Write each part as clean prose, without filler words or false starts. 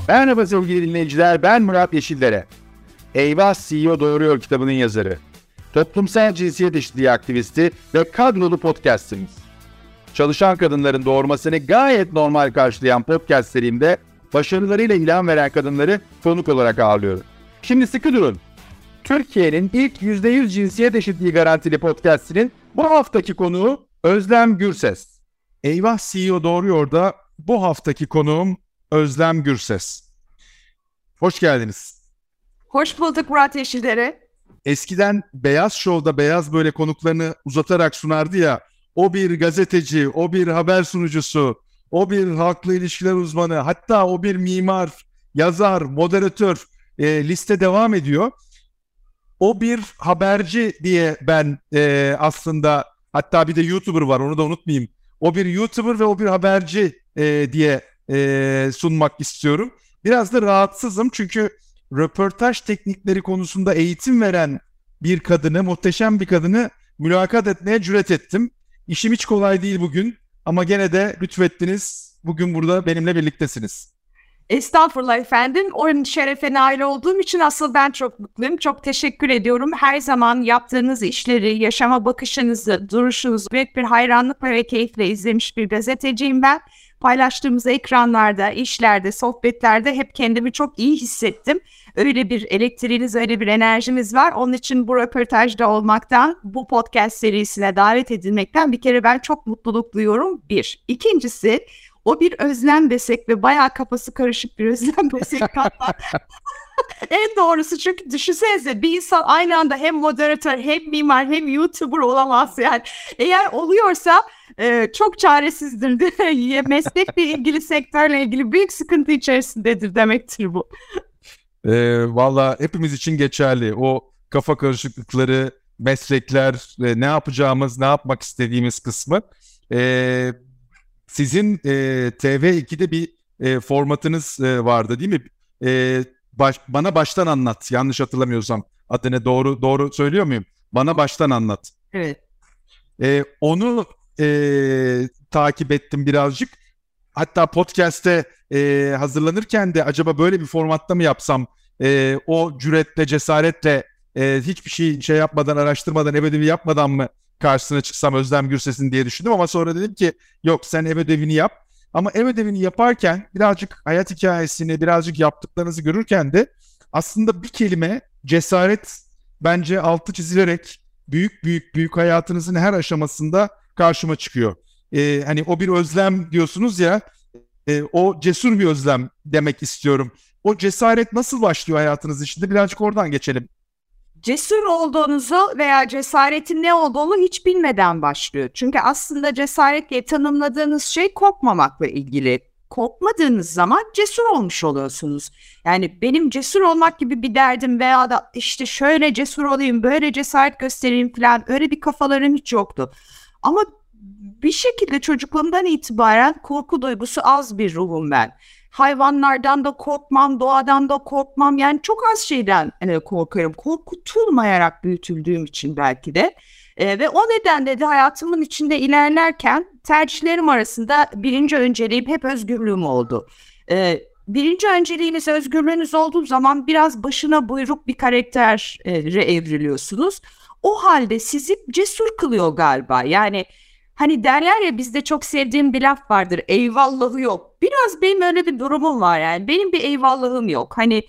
Merhaba sevgili dinleyiciler, ben Murat Yeşildere. Eyvah CEO Doğuruyor kitabının yazarı. Toplumsal cinsiyet eşitliği aktivisti ve kadrolu podcastimiz. Çalışan kadınların doğurmasını gayet normal karşılayan podcast serimde başarılarıyla ilham veren kadınları konuk olarak ağırlıyorum. Şimdi sıkı durun. Türkiye'nin ilk %100 cinsiyet eşitliği garantili podcastinin bu haftaki konuğu Özlem Gürses. Eyvah CEO Doğuruyor da bu haftaki konuğum Özlem Gürses. Hoş geldiniz. Hoş bulduk Murat Yeşildere. Eskiden Beyaz Show'da Beyaz böyle konuklarını uzatarak sunardı ya, o bir gazeteci, o bir haber sunucusu, o bir halkla ilişkiler uzmanı, hatta o bir mimar, yazar, moderatör, liste devam ediyor. O bir haberci diye ben aslında, hatta bir de YouTuber var, onu da unutmayayım. O bir YouTuber ve o bir haberci diye sunmak istiyorum. Biraz da rahatsızım çünkü röportaj teknikleri konusunda eğitim veren bir kadını, muhteşem bir kadını mülakat etmeye cüret ettim. İşim hiç kolay değil bugün ama gene de lütfettiniz. Bugün burada benimle birliktesiniz. Estağfurullah efendim. Onun şerefe nail olduğum için asıl ben çok mutluyum. Çok teşekkür ediyorum. Her zaman yaptığınız işleri, yaşama bakışınızı, duruşunuzu büyük bir hayranlıkla ve keyifle izlemiş bir gazeteciyim ben. Paylaştığımız ekranlarda, işlerde, sohbetlerde hep kendimi çok iyi hissettim. Öyle bir elektriğiniz, öyle bir enerjiniz var. Onun için bu röportajda olmaktan, bu podcast serisine davet edilmekten bir kere ben çok mutluluk duyuyorum. Bir. İkincisi, o bir Özlem Besek ve bayağı kafası karışık bir Özlem Besek. En doğrusu, çünkü düşünsenize, bir insan aynı anda hem moderatör, hem mimar, hem YouTuber olamaz yani. Eğer oluyorsa çok çaresizdir. Meslekle ilgili, sektörle ilgili büyük sıkıntı içerisindedir demektir bu. Valla hepimiz için geçerli. O kafa karışıklıkları, meslekler, ne yapacağımız, ne yapmak istediğimiz kısmı. Sizin TV2'de bir formatınız vardı değil mi? Bana baştan anlat. Yanlış hatırlamıyorsam. Adını doğru söylüyor muyum? Bana baştan anlat. Evet. Onu takip ettim birazcık. Hatta podcast'te hazırlanırken de acaba böyle bir formatta mı yapsam? O cüretle, cesaretle hiçbir şey yapmadan, araştırmadan, ev ödevi yapmadan mı karşısına çıksam Özlem Gürses'in diye düşündüm. Ama sonra dedim ki yok, sen ev ödevini yap. Ama ev ödevini yaparken birazcık hayat hikayesini, birazcık yaptıklarınızı görürken de aslında bir kelime cesaret bence altı çizilerek büyük hayatınızın her aşamasında karşıma çıkıyor. Hani o bir özlem diyorsunuz ya, o cesur bir özlem demek istiyorum. O cesaret nasıl başlıyor hayatınız içinde? Birazcık oradan geçelim. Cesur olduğunuzu veya cesaretin ne olduğunu hiç bilmeden başlıyor. Çünkü aslında cesaretle tanımladığınız şey korkmamakla ilgili. Korkmadığınız zaman cesur olmuş oluyorsunuz. Yani benim cesur olmak gibi bir derdim veya da işte şöyle cesur olayım, böyle cesaret göstereyim falan, öyle bir kafalarım hiç yoktu. Ama bir şekilde çocukluğumdan itibaren korku duygusu az bir ruhum ben. Hayvanlardan da korkmam, doğadan da korkmam. Yani çok az şeyden korkarım. Korkutulmayarak büyütüldüğüm için belki de. Ve o nedenle de hayatımın içinde ilerlerken tercihlerim arasında birinci önceliğim hep özgürlüğüm oldu. Birinci önceliğiniz özgürlüğünüz olduğu zaman biraz başına buyruk bir karaktere evriliyorsunuz. O halde sizi cesur kılıyor galiba. Yani hani derler ya, bizde çok sevdiğim bir laf vardır. Eyvallahı yok. Biraz benim öyle bir durumum var yani. Benim bir eyvallahım yok. Hani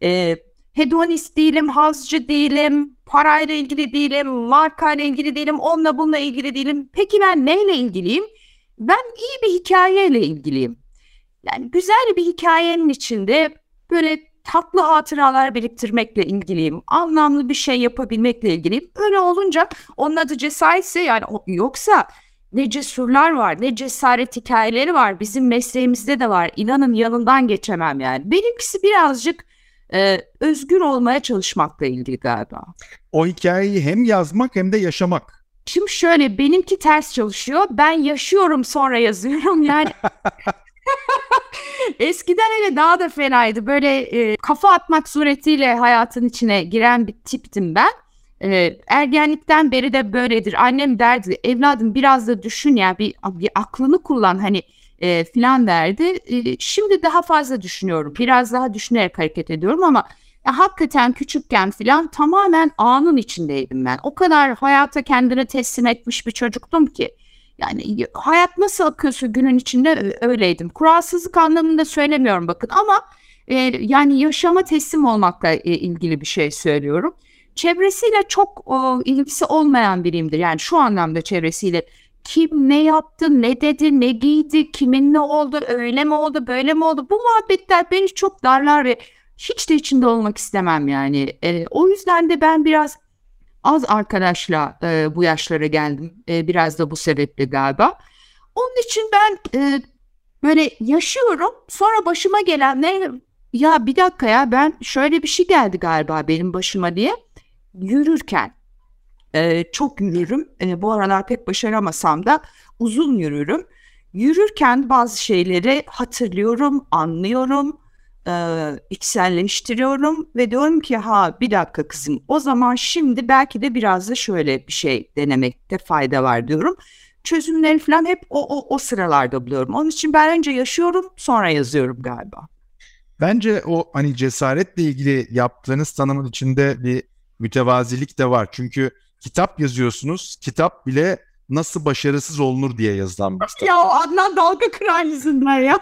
hedonist değilim, hazcı değilim, parayla ilgili değilim, markayla ilgili değilim, onunla bununla ilgili değilim. Peki ben neyle ilgiliyim? Ben iyi bir hikayeyle ilgiliyim. Yani güzel bir hikayenin içinde böyle tatlı hatıralar biriktirmekle ilgiliyim. Anlamlı bir şey yapabilmekle ilgiliyim. Öyle olunca onun adı cesaretse, yani yoksa ne cesurlar var, ne cesaret hikayeleri var. Bizim mesleğimizde de var. İnanın yanından geçemem yani. Benimkisi birazcık özgür olmaya çalışmakla ilgili galiba. O hikayeyi hem yazmak hem de yaşamak. Şimdi şöyle, benimki ters çalışıyor. Ben yaşıyorum, sonra yazıyorum yani. Eskiden öyle daha da fenaydı. Böyle kafa atmak suretiyle hayatın içine giren bir tiptim ben. Ergenlikten beri de böyledir. Annem derdi, evladım biraz da düşün ya, bir aklını kullan, hani filan derdi. Şimdi daha fazla düşünüyorum. Biraz daha düşünerek hareket ediyorum ama hakikaten küçükken filan tamamen anın içindeydim ben. O kadar hayata kendini teslim etmiş bir çocuktum ki. Yani hayat nasıl akıyorsa günün içinde öyleydim. Kuralsızlık anlamında söylemiyorum bakın ama yani yaşama teslim olmakla ilgili bir şey söylüyorum. Çevresiyle çok ilgisi olmayan biriyimdir. Yani şu anlamda çevresiyle kim ne yaptı, ne dedi, ne giydi, kimin ne oldu, öyle mi oldu, böyle mi oldu? Bu muhabbetler beni çok darlar ve hiç de içinde olmak istemem yani. O yüzden de ben biraz az arkadaşla bu yaşlara geldim. Biraz da bu sebeple galiba. Onun için ben böyle yaşıyorum. Sonra başıma gelenler ya bir dakika ya ben şöyle bir şey geldi galiba benim başıma diye. Yürürken çok yürürüm. Bu aralar pek başaramasam da uzun yürürüm. Yürürken bazı şeyleri hatırlıyorum, anlıyorum, içselleştiriyorum ve diyorum ki ha bir dakika kızım o zaman şimdi belki de biraz da şöyle bir şey denemekte fayda var diyorum. Çözümleri falan hep o sıralarda buluyorum. Onun için ben önce yaşıyorum sonra yazıyorum galiba. Bence o hani cesaretle ilgili yaptığınız tanımın içinde bir mütevazilik de var. Çünkü kitap yazıyorsunuz. Kitap bile nasıl başarısız olunur diye yazılan bir kitap. Ya Adnan dalga kıran yüzünden ya.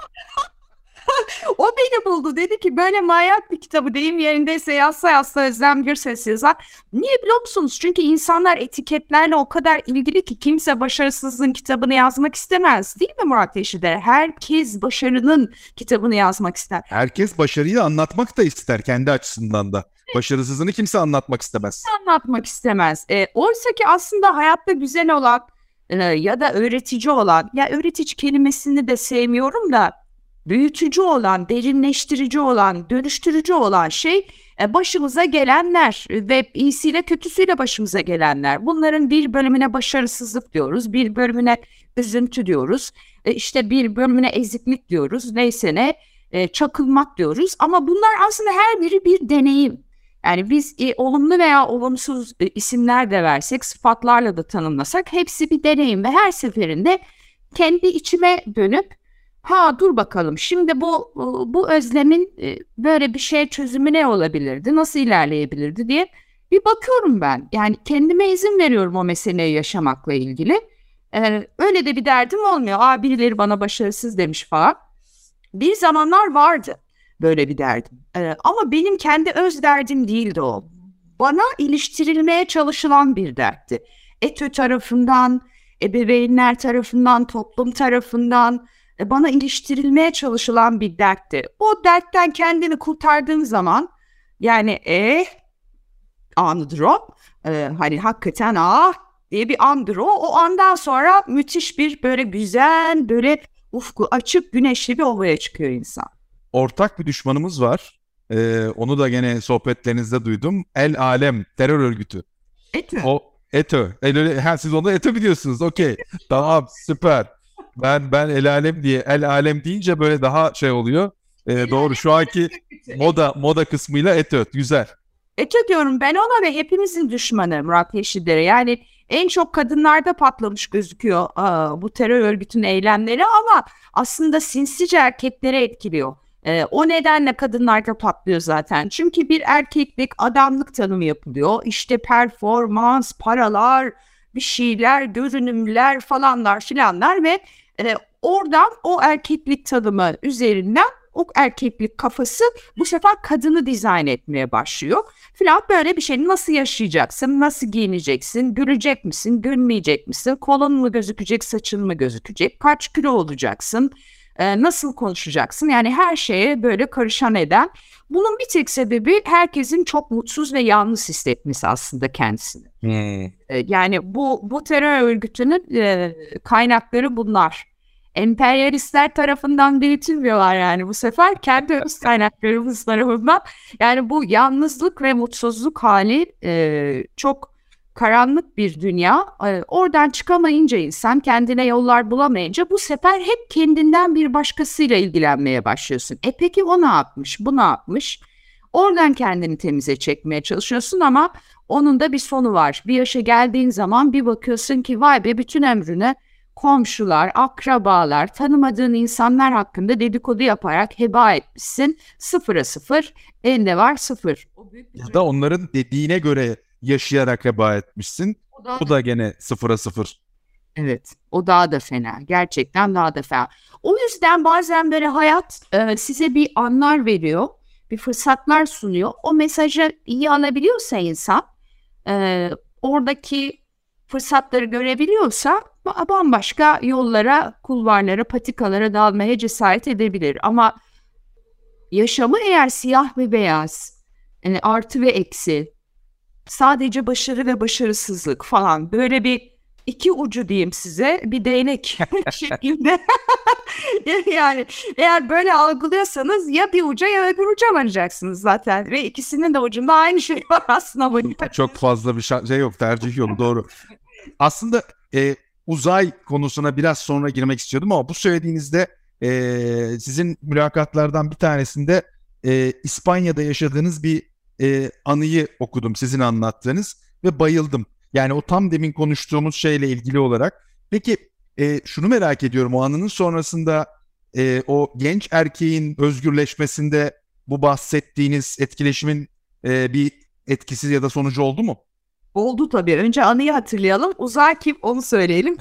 O beni buldu. Dedi ki böyle manyak bir kitabı deyim yerindeyse yazsa Özlem Gürses yazar. Niye biliyor musunuz? Çünkü insanlar etiketlerle o kadar ilgili ki kimse başarısızlığın kitabını yazmak istemez. Değil mi Murat Yeşil'de? Herkes başarının kitabını yazmak ister. Herkes başarıyı anlatmak da ister kendi açısından da. Başarısızlığını kimse anlatmak istemez. Anlatmak istemez. Oysa ki aslında hayatta güzel olan ya da öğretici olan, ya öğretici kelimesini de sevmiyorum da büyütücü olan, derinleştirici olan, dönüştürücü olan şey başımıza gelenler ve iyisiyle kötüsüyle başımıza gelenler. Bunların bir bölümüne başarısızlık diyoruz, bir bölümüne üzüntü diyoruz, işte bir bölümüne eziklik diyoruz, neyse ne, çakılmak diyoruz. Ama bunlar aslında her biri bir deneyim. Yani biz olumlu veya olumsuz isimler de versek, sıfatlarla da tanımlasak hepsi bir deneyim ve her seferinde kendi içime dönüp ha dur bakalım şimdi bu özlemin böyle bir şey çözümü ne olabilirdi, nasıl ilerleyebilirdi diye bir bakıyorum ben. Yani kendime izin veriyorum o meseleyi yaşamakla ilgili. Öyle de bir derdim olmuyor. Birileri bana başarısız demiş falan. Bir zamanlar vardı böyle bir derdim. Ama benim kendi öz derdim değildi o. Bana iliştirilmeye çalışılan bir dertti. ETÜ tarafından, ebeveynler tarafından, toplum tarafından bana iliştirilmeye çalışılan bir dertti. O dertten kendini kurtardığın zaman yani anıdır o. Hani hakikaten diye bir andır o. O andan sonra müthiş bir böyle güzel böyle ufku açık güneşli bir ovaya çıkıyor insan. Ortak bir düşmanımız var. Onu da gene sohbetlerinizde duydum. El Alem terör örgütü. ETÜ. O ETÖ. Siz onu ETÖ biliyorsunuz. Okey. Tamam süper. Ben El Alem diye El Alem deyince böyle daha şey oluyor. Doğru şu anki moda kısmıyla ETÖ. Güzel. ETÖ diyorum ben ona ve hepimizin düşmanı Murat Yeşildere. Yani en çok kadınlarda patlamış gözüküyor bu terör örgütünün eylemleri ama aslında sinsice erkeklere etkiliyor. O nedenle kadınlarda patlıyor zaten. Çünkü bir erkeklik, adamlık tanımı yapılıyor. İşte performans, paralar, bir şeyler, görünümler falanlar filanlar ve oradan o erkeklik tanımı üzerinden o erkeklik kafası bu sefer kadını dizayn etmeye başlıyor. Filan böyle bir şey nasıl yaşayacaksın, nasıl giyineceksin, gülecek misin, gülmeyecek misin, kolun mu gözükecek, saçın mı gözükecek, kaç kilo olacaksın, nasıl konuşacaksın yani her şeye böyle karışan eden. Bunun bir tek sebebi herkesin çok mutsuz ve yalnız hissetmesi aslında kendisini. Yani bu terör örgütünün kaynakları bunlar. Emperyalistler tarafından büyütülmüyorlar yani bu sefer kendi öz kaynaklarımız tarafından. Yani bu yalnızlık ve mutsuzluk hali çok karanlık bir dünya. Oradan çıkamayınca insan kendine yollar bulamayınca bu sefer hep kendinden bir başkasıyla ilgilenmeye başlıyorsun. Peki o ne yapmış, bu ne yapmış? Oradan kendini temize çekmeye çalışıyorsun ama onun da bir sonu var. Bir yaşa geldiğin zaman bir bakıyorsun ki vay be bütün ömrünü komşular, akrabalar, tanımadığın insanlar hakkında dedikodu yaparak heba etmişsin. 0'a 0, elde var 0. Ya da onların dediğine göre yaşayarak heba etmişsin. Bu da gene 0'a 0. Evet, o daha da fena. Gerçekten daha da fena. O yüzden bazen böyle hayat size bir anlar veriyor, bir fırsatlar sunuyor. O mesajı iyi alabiliyorsa insan, oradaki fırsatları görebiliyorsa bambaşka yollara, kulvarlara, patikalara dalmaya cesaret edebilir. Ama yaşamı eğer siyah ve beyaz, yani artı ve eksi, sadece başarı ve başarısızlık falan, böyle bir iki ucu diyeyim size, bir değnek şeklinde. Yani eğer böyle algılıyorsanız ya bir uca ya öbür uca varacaksınız zaten. Ve ikisinin de ucunda aynı şey var aslında. Çok fazla bir şey yok, tercih yok, doğru. Aslında uzay konusuna biraz sonra girmek istiyordum ama bu söylediğinizde sizin mülakatlardan bir tanesinde İspanya'da yaşadığınız bir anıyı okudum, sizin anlattığınız, ve bayıldım. Yani o tam demin konuştuğumuz şeyle ilgili olarak. Peki şunu merak ediyorum, o anının sonrasında o genç erkeğin özgürleşmesinde bu bahsettiğiniz etkileşimin bir etkisi ya da sonucu oldu mu? Oldu tabii. Önce anıyı hatırlayalım. Uzay kim onu söyleyelim.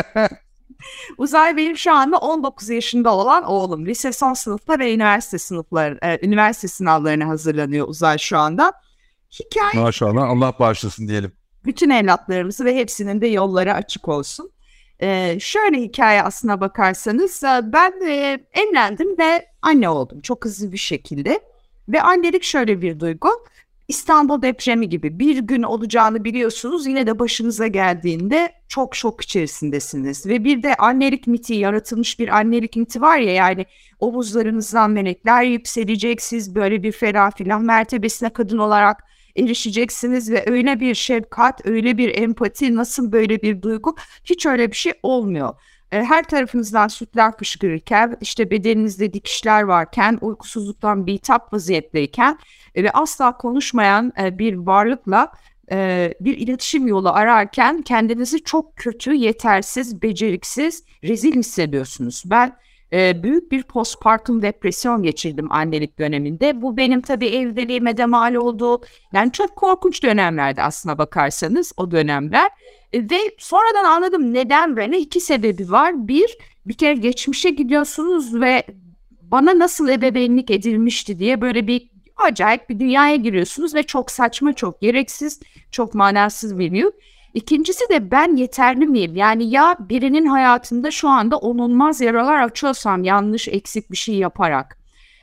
Uzay benim şu anda 19 yaşında olan oğlum. Lise son sınıfta ve üniversite sınavlarına hazırlanıyor Uzay şu anda. Hikaye... Maşallah, Allah bağışlasın diyelim. Bütün evlatlarımızı ve hepsinin de yolları açık olsun. Şöyle hikaye aslına bakarsanız, ben evlendim ve anne oldum çok hızlı bir şekilde. Ve annelik şöyle bir duygu. İstanbul depremi gibi bir gün olacağını biliyorsunuz, yine de başınıza geldiğinde çok şok içerisindesiniz. Ve bir de annelik miti, yaratılmış bir annelik miti var ya, yani omuzlarınızdan melekler yükselecek, siz böyle bir ferah filan mertebesine kadın olarak erişeceksiniz ve öyle bir şefkat, öyle bir empati, nasıl böyle bir duygu, hiç öyle bir şey olmuyor. Her tarafınızdan sütler fışkırırken, işte bedeninizde dikişler varken, uykusuzluktan bitap vaziyetteyken ve asla konuşmayan bir varlıkla bir iletişim yolu ararken kendinizi çok kötü, yetersiz, beceriksiz, rezil hissediyorsunuz. Ben büyük bir postpartum depresyon geçirdim annelik döneminde. Bu benim tabii evliliğime de mal oldu. Yani çok korkunç dönemlerdi aslına bakarsanız o dönemler. Ve sonradan anladım neden böyle. 2 sebebi var. Bir kere geçmişe gidiyorsunuz ve bana nasıl ebeveynlik edilmişti diye böyle bir acayip bir dünyaya giriyorsunuz ve çok saçma, çok gereksiz, çok manasız bir yük. İkincisi de ben yeterli miyim? Yani ya birinin hayatında şu anda onulmaz yaralar açıyorsam yanlış, eksik bir şey yaparak.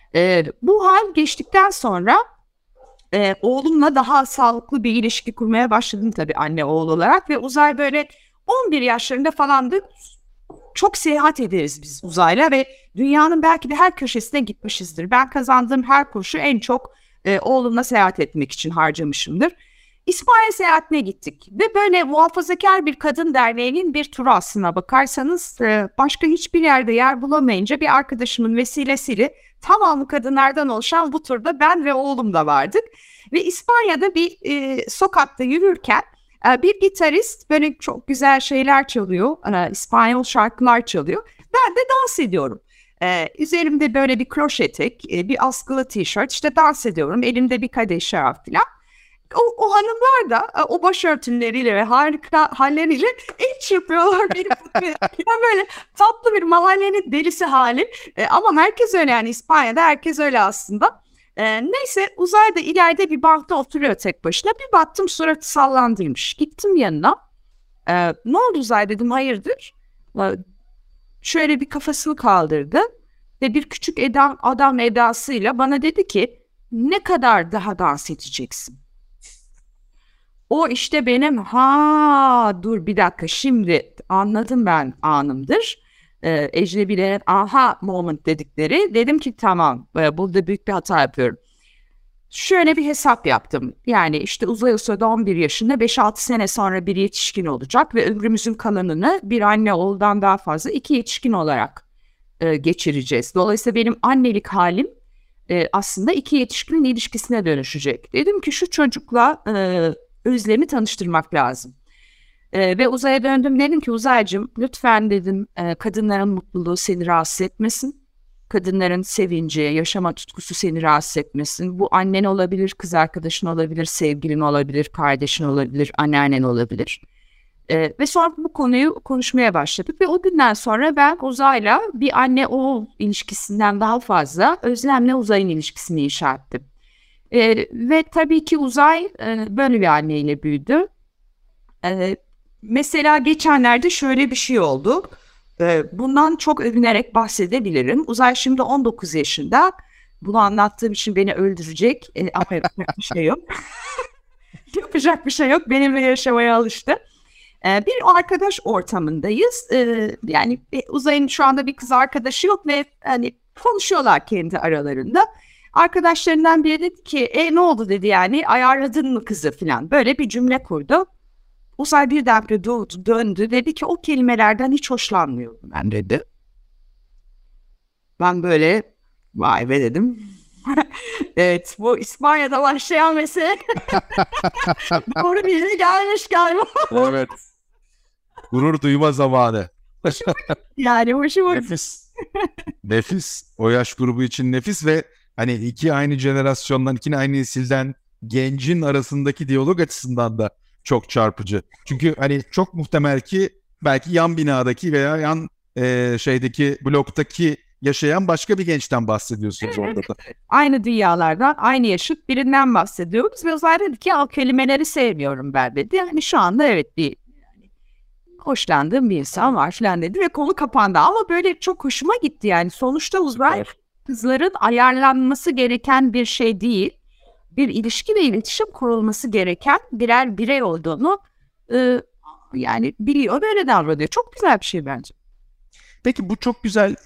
Bu hal geçtikten sonra oğlumla daha sağlıklı bir ilişki kurmaya başladım tabii anne oğul olarak. Ve Uzay böyle 11 yaşlarında falandı. Çok seyahat ederiz biz Uzay'la ve dünyanın belki de her köşesine gitmişizdir. Ben kazandığım her kuruşu en çok oğlumla seyahat etmek için harcamışımdır. İspanya seyahatine gittik ve böyle muhafazakar bir kadın derneğinin bir turu aslına bakarsanız, başka hiçbir yerde yer bulamayınca bir arkadaşımın vesilesiyle tamamı kadınlardan oluşan bu turda ben ve oğlum da vardık. Ve İspanya'da bir sokakta yürürken bir gitarist böyle çok güzel şeyler çalıyor, İspanyol şarkılar çalıyor. Ben de dans ediyorum. Üzerimde böyle bir kroşe etek, bir askılı tişört, işte dans ediyorum, elimde bir kadeh şarap falan. O hanımlar da o başörtüleriyle ve harika halleriyle el çırpıyorlar benim. Yani böyle tatlı bir mahallenin delisi hali. Ama herkes öyle, yani İspanya'da herkes öyle aslında. Neyse Uzay da ileride bir bankta oturuyor tek başına. Bir baktım suratı sallandıymış. Gittim yanına. Ne oldu Uzay dedim, hayırdır? Şöyle bir kafasını kaldırdı ve bir küçük adam edasıyla bana dedi ki, ne kadar daha dans edeceksin? O işte benim dur bir dakika şimdi anladım ben anımdır. Ecnebilerin aha moment dedikleri. Dedim ki tamam, burada büyük bir hata yapıyorum. Şöyle bir hesap yaptım. Yani işte Uzay Usta'da 11 yaşında 5-6 sene sonra bir yetişkin olacak ve ömrümüzün kalanını bir anne oğuldan daha fazla 2 yetişkin olarak geçireceğiz. Dolayısıyla benim annelik halim aslında 2 yetişkinin ilişkisine dönüşecek. Dedim ki şu çocukla Özlem'i tanıştırmak lazım. Ve Uzay'a döndüm, dedim ki Uzaycığım lütfen dedim kadınların mutluluğu seni rahatsız etmesin. Kadınların sevinci, yaşama tutkusu seni rahatsız etmesin. Bu annen olabilir, kız arkadaşın olabilir, sevgilin olabilir, kardeşin olabilir, anneannen olabilir. Ve sonra bu konuyu konuşmaya başladık ve o günden sonra ben Uzay'la bir anne oğul ilişkisinden daha fazla Özlem'le Uzay'ın ilişkisini inşa ettim. Ve tabii ki Uzay böyle bir anneyle büyüdü. Mesela geçenlerde şöyle bir şey oldu. Bundan çok övünerek bahsedebilirim. Uzay şimdi 19 yaşında. Bunu anlattığım için beni öldürecek ama yapacak bir şey yok. Yapacak bir şey yok. Benimle yaşamaya alıştı. Bir arkadaş ortamındayız. Yani Uzay'ın şu anda bir kız arkadaşı yok ve hani konuşuyorlar kendi aralarında. Arkadaşlarından biri dedi ki ne oldu dedi, yani ayarladın mı kızı falan, böyle bir cümle kurdu. Uzay birdenbire döndü, dedi ki o kelimelerden hiç hoşlanmıyorum ben dedi. Ben böyle vay be dedim. Evet, bu İspanya'da başlayan mesele doğru bir yere gelmiş galiba. Evet. Gurur duyma zamanı. Yani hoşuma Nefis. Nefis. O yaş grubu için nefis ve hani iki aynı jenerasyondan, iki aynı nesilden gencin arasındaki diyalog açısından da çok çarpıcı. Çünkü hani çok muhtemel ki belki yan binadaki veya yan şeydeki bloktaki yaşayan başka bir gençten bahsediyorsunuz orada da. Aynı dünyalardan, aynı yaşıt birinden bahsediyoruz ve Uzay dedi ki o kelimeleri sevmiyorum ben dedi. Yani şu anda evet bir hoşlandığım bir insan var falan dedi ve konu kapandı. Ama böyle çok hoşuma gitti yani. Sonuçta Uzay kızların ayarlanması gereken bir şey değil. Bir ilişki ve iletişim kurulması gereken birer birey olduğunu yani biliyor, böyle davranıyor. Çok güzel bir şey bence. Peki bu çok güzel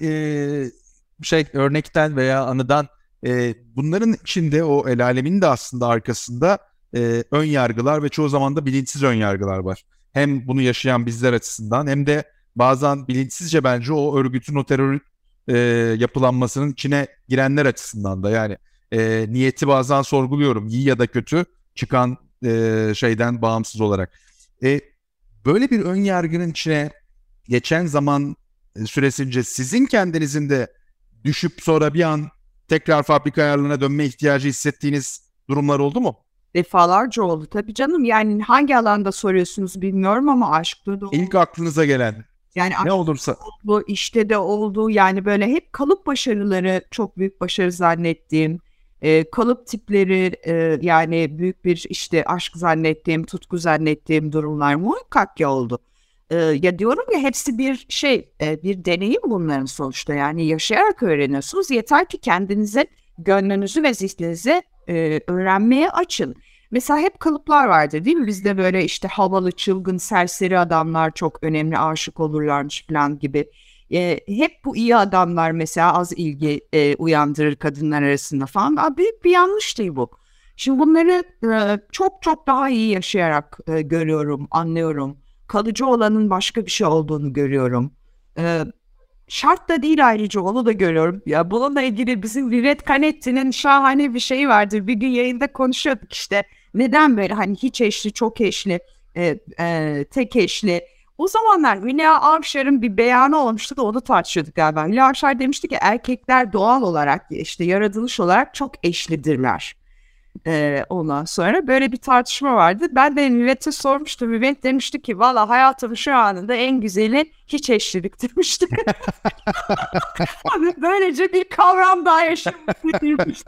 örnekten veya anıdan bunların içinde o el alemin de aslında arkasında ön yargılar ve çoğu zaman da bilinçsiz ön yargılar var. Hem bunu yaşayan bizler açısından hem de bazen bilinçsizce bence o örgütün, o terör yapılanmasının içine girenler açısından da yani niyeti bazen sorguluyorum, iyi ya da kötü çıkan şeyden bağımsız olarak. Böyle bir ön yargının içine geçen zaman süresince sizin kendinizin de düşüp sonra bir an tekrar fabrika ayarlarına dönme ihtiyacı hissettiğiniz durumlar oldu mu? Defalarca oldu tabii canım. Yani hangi alanda soruyorsunuz bilmiyorum ama aşkta da oldu. İlk aklınıza gelen yani ne olursa. Oldu, işte de oldu. Yani böyle hep kalıp başarıları çok büyük başarı zannettiğim, kalıp tipleri yani büyük bir işte aşk zannettiğim, tutku zannettiğim durumlar muhakkak ki oldu. Ya diyorum ya, hepsi bir şey, bir deneyim bunların sonuçta. Yani yaşayarak öğreniyorsunuz. Yeter ki kendinize, gönlünüzü ve zihninizi öğrenmeye açın. Mesela hep kalıplar vardı değil mi? Bizde böyle işte havalı, çılgın, serseri adamlar çok önemli, aşık olurlarmış falan gibi. Hep bu iyi adamlar mesela az ilgi uyandırır kadınlar arasında falan. Büyük bir yanlış değil bu. Şimdi bunları çok çok daha iyi yaşayarak görüyorum, anlıyorum. Kalıcı olanın başka bir şey olduğunu görüyorum. Şart da değil ayrıca, onu da görüyorum. Ya bununla ilgili bizim Vivet Canetti'nin şahane bir şeyi vardır. Bir gün yayında konuşuyorduk işte. Neden böyle hani hiç eşli, çok eşli, tek eşli. O zamanlar Hülya Avşar'ın bir beyanı olmuştu da onu tartışıyorduk galiba. Hülya Avşar demişti ki erkekler doğal olarak işte yaratılış olarak çok eşlidirler. Ondan sonra böyle bir tartışma vardı. Ben de Vivet'e sormuştum. Vivet demişti ki valla hayatımın şu anında en güzeli hiç eşlilik demişti. Böylece bir kavram daha yaşamış.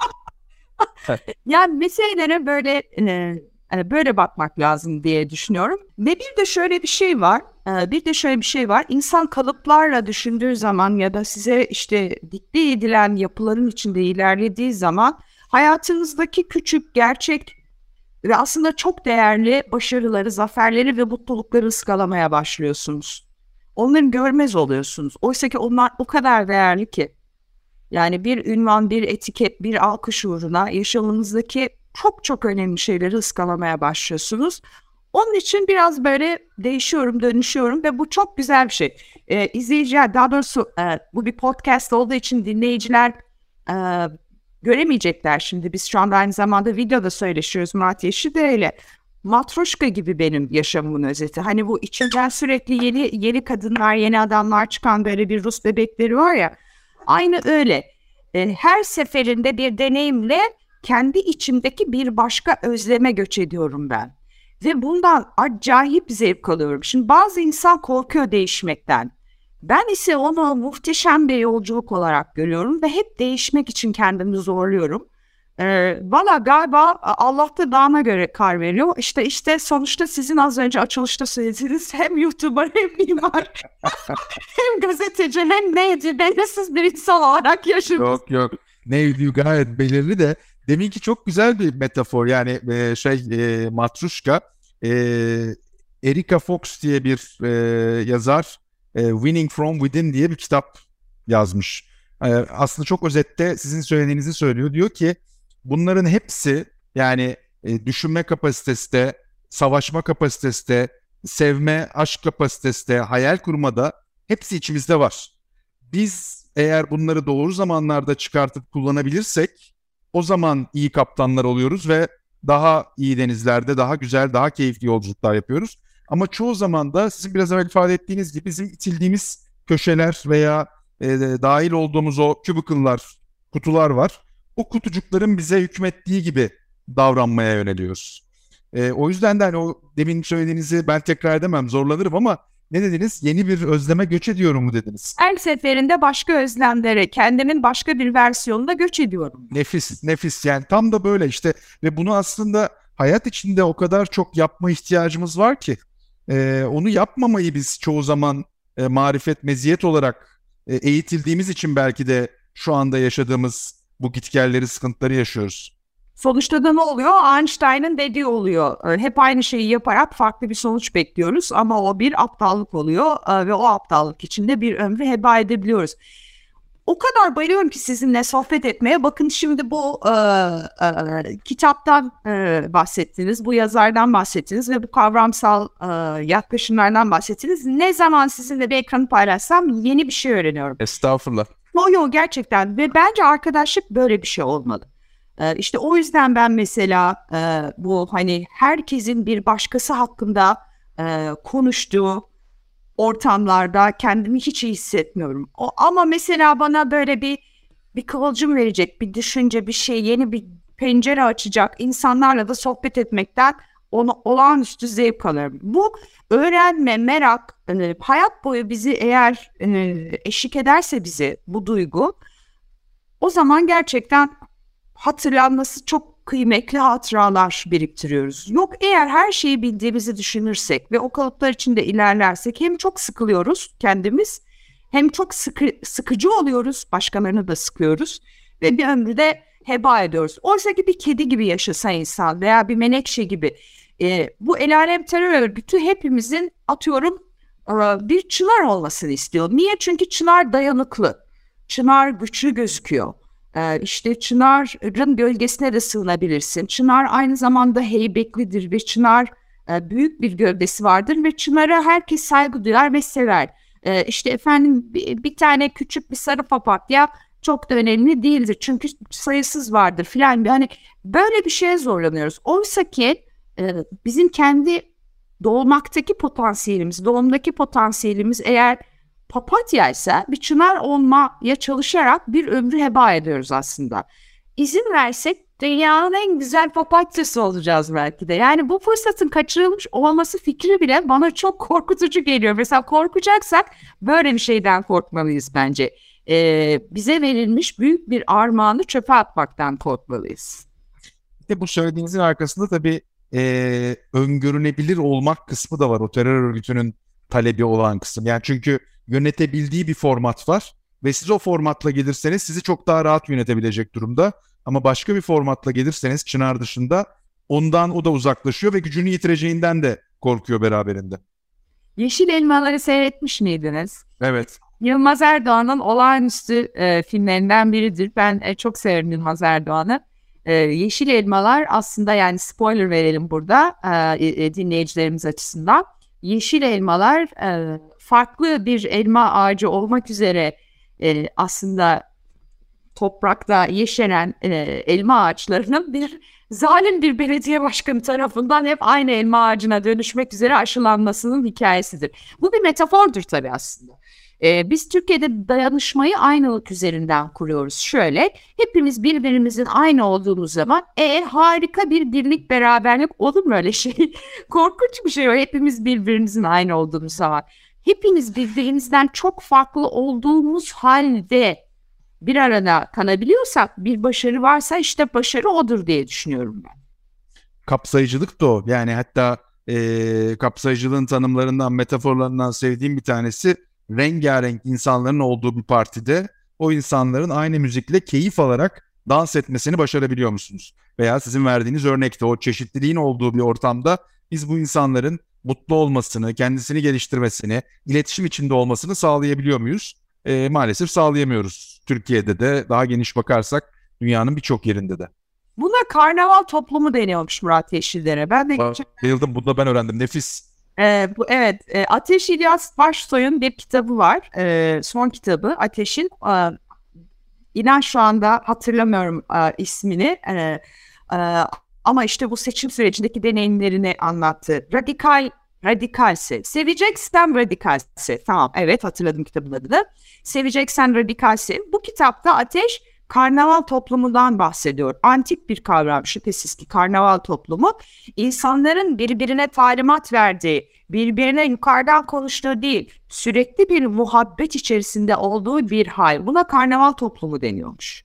Yani meselelere böyle böyle bakmak lazım diye düşünüyorum. Ve bir de şöyle bir şey var. İnsan kalıplarla düşündüğü zaman ya da size işte dikte edilen yapıların içinde ilerlediği zaman hayatınızdaki küçük, gerçek ve aslında çok değerli başarıları, zaferleri ve mutlulukları ıskalamaya başlıyorsunuz. Onları görmez oluyorsunuz. Oysa ki onlar o kadar değerli ki. Yani bir ünvan, bir etiket, bir alkış uğruna yaşamınızdaki çok çok önemli şeyleri ıskalamaya başlıyorsunuz. Onun için biraz böyle değişiyorum, dönüşüyorum ve bu çok güzel bir şey. İzleyiciler, daha doğrusu bu bir podcast olduğu için dinleyiciler göremeyecekler şimdi. Biz şu anda aynı zamanda videoda söyleşiyoruz Murat Yeşildere ile. Matroşka gibi benim yaşamımın özeti. Hani bu içinden sürekli yeni kadınlar, yeni adamlar çıkan böyle bir Rus bebekleri var ya. Aynı öyle. Her seferinde bir deneyimle kendi içimdeki bir başka özleme göç ediyorum ben. Ve bundan acayip zevk alıyorum. Şimdi bazı insan korkuyor değişmekten. Ben ise onu muhteşem bir yolculuk olarak görüyorum ve hep değişmek için kendimi zorluyorum. Valla galiba Allah da dağına göre kar veriyor. İşte sonuçta sizin az önce açılışta söylediğiniz hem YouTuber hem mimar hem gazeteci hem neydi belirsiz bir insan olarak yaşıyoruz. Yok. Neydi gayet belirli de. Deminki çok güzel bir metafor. Yani Matruşka. Erica Fox diye bir yazar Winning From Within diye bir kitap yazmış. Aslında çok özette sizin söylediğinizi söylüyor. Diyor ki bunların hepsi yani düşünme kapasitesi de, savaşma kapasitesi de, sevme, aşk kapasitesi de, hayal kurmada hepsi içimizde var. Biz eğer bunları doğru zamanlarda çıkartıp kullanabilirsek o zaman iyi kaptanlar oluyoruz ve daha iyi denizlerde, daha güzel, daha keyifli yolculuklar yapıyoruz. Ama çoğu zaman da sizin biraz evvel ifade ettiğiniz gibi bizim itildiğimiz köşeler veya dahil olduğumuz o cubicle'lar, kutular var. O kutucukların bize hükmettiği gibi davranmaya yöneliyoruz. O yüzden de hani o demin söylediğinizi ben tekrar edemem, zorlanırım ama ne dediniz? Yeni bir özleme göç ediyorum mu dediniz? Her seferinde başka özlemlere, kendimin başka bir versiyonuna göç ediyorum. Nefis yani tam da böyle işte ve bunu aslında hayat içinde o kadar çok yapma ihtiyacımız var ki onu yapmamayı biz çoğu zaman marifet, meziyet olarak eğitildiğimiz için belki de şu anda yaşadığımız bu gitgelleri, sıkıntıları yaşıyoruz. Sonuçta da ne oluyor? Einstein'ın dediği oluyor. Hep aynı şeyi yaparak farklı bir sonuç bekliyoruz ama o bir aptallık oluyor ve o aptallık içinde bir ömrü heba edebiliyoruz. O kadar bayılıyorum ki sizinle sohbet etmeye. Bakın şimdi bu kitaptan bahsettiniz, bu yazardan bahsettiniz ve bu kavramsal yaklaşımlardan bahsettiniz. Ne zaman sizinle bir ekranı paylaşsam yeni bir şey öğreniyorum. Estağfurullah. O gerçekten ve bence arkadaşlık böyle bir şey olmalı. İşte o yüzden ben mesela bu hani herkesin bir başkası hakkında konuştuğu ortamlarda kendimi hiç iyi hissetmiyorum. Ama mesela bana böyle bir kıvılcım verecek, bir düşünce, bir şey, yeni bir pencere açacak insanlarla da sohbet etmekten olağanüstü zevk alırım. Bu öğrenme, merak, hayat boyu bizi eğer eşlik ederse bize bu duygu, o zaman gerçekten hatırlanması çok kıymetli hatıralar biriktiriyoruz. Yok eğer her şeyi bildiğimizi düşünürsek ve o kalıplar içinde ilerlersek hem çok sıkılıyoruz kendimiz hem çok sıkıcı oluyoruz, başkalarını da sıkıyoruz ve bir ömrü de heba ediyoruz. Oysa ki bir kedi gibi yaşasa insan veya bir menekşe gibi bu El Alem Terör Örgütü hepimizin atıyorum bir çınar olmasını istiyor. Niye? Çünkü çınar dayanıklı, çınar güçlü gözüküyor. İşte çınarın gölgesine de sığınabilirsin. Çınar aynı zamanda heybetlidir ve çınar büyük bir gövdesi vardır ve çınara herkes saygı duyar ve sever. İşte efendim bir tane küçük bir sarı papatya çok da önemli değildir çünkü sayısız vardır filan. Yani böyle bir şeye zorlanıyoruz. Oysa ki bizim kendi doğmaktaki potansiyelimiz, doğumdaki potansiyelimiz eğer papatya ise bir çınar olmaya çalışarak bir ömrü heba ediyoruz aslında. İzin versek dünyanın en güzel papatyası olacağız belki de. Yani bu fırsatın kaçırılmış olması fikri bile bana çok korkutucu geliyor. Mesela korkacaksak böyle bir şeyden korkmalıyız bence. Bize verilmiş büyük bir armağanı çöpe atmaktan korkmalıyız. Bu söylediğinizin arkasında tabii öngörülebilir olmak kısmı da var. O terör örgütünün talebi olan kısım. Yani çünkü yönetebildiği bir format var ve siz o formatla gelirseniz sizi çok daha rahat yönetebilecek durumda. Ama başka bir formatla gelirseniz Çınar dışında ondan o da uzaklaşıyor ve gücünü yitireceğinden de korkuyor beraberinde. Yeşil Elmaları seyretmiş miydiniz? Evet. Yılmaz Erdoğan'ın olağanüstü filmlerinden biridir. Ben çok severim Yılmaz Erdoğan'ı. Yeşil Elmalar aslında yani spoiler verelim burada dinleyicilerimiz açısından. Yeşil elmalar farklı bir elma ağacı olmak üzere aslında toprakta yeşeren elma ağaçlarının zalim bir belediye başkanı tarafından hep aynı elma ağacına dönüşmek üzere aşılanmasının hikayesidir. Bu bir metafordur tabii aslında. Biz Türkiye'de dayanışmayı aynılık üzerinden kuruyoruz. Şöyle, hepimiz birbirimizin aynı olduğumuz zaman harika bir birlik beraberlik olur mu öyle şey? Korkunç bir şey o, hepimiz birbirimizin aynı olduğumuz zaman. Hepimiz birbirimizden çok farklı olduğumuz halde bir arada kanabiliyorsak, bir başarı varsa işte başarı odur diye düşünüyorum ben. Kapsayıcılık da o. Yani hatta kapsayıcılığın tanımlarından, metaforlarından sevdiğim bir tanesi, rengarenk insanların olduğu bir partide o insanların aynı müzikle keyif alarak dans etmesini başarabiliyor musunuz? Veya sizin verdiğiniz örnekte o çeşitliliğin olduğu bir ortamda biz bu insanların mutlu olmasını, kendisini geliştirmesini, iletişim içinde olmasını sağlayabiliyor muyuz? Maalesef sağlayamıyoruz. Türkiye'de de, daha geniş bakarsak dünyanın birçok yerinde de. Buna karnaval toplumu deniyormuş Murat Yeşiller'e. Ben de bayıldım. Bunu da ben öğrendim. Nefis. Evet. Ateş İlyas Başsoy'un bir kitabı var. Son kitabı Ateş'in. İnan şu anda hatırlamıyorum ismini. Ama işte bu seçim sürecindeki deneyimlerini anlattı. Radikalse. Seveceksen Radikalse. Tamam, evet, hatırladım kitabın adını. Seveceksen Radikalse. Bu kitapta Ateş karnaval toplumundan bahsediyor. Antik bir kavram şüphesiz ki karnaval toplumu. İnsanların birbirine talimat verdiği, birbirine yukarıdan konuştuğu değil, sürekli bir muhabbet içerisinde olduğu bir hal. Buna karnaval toplumu deniyormuş.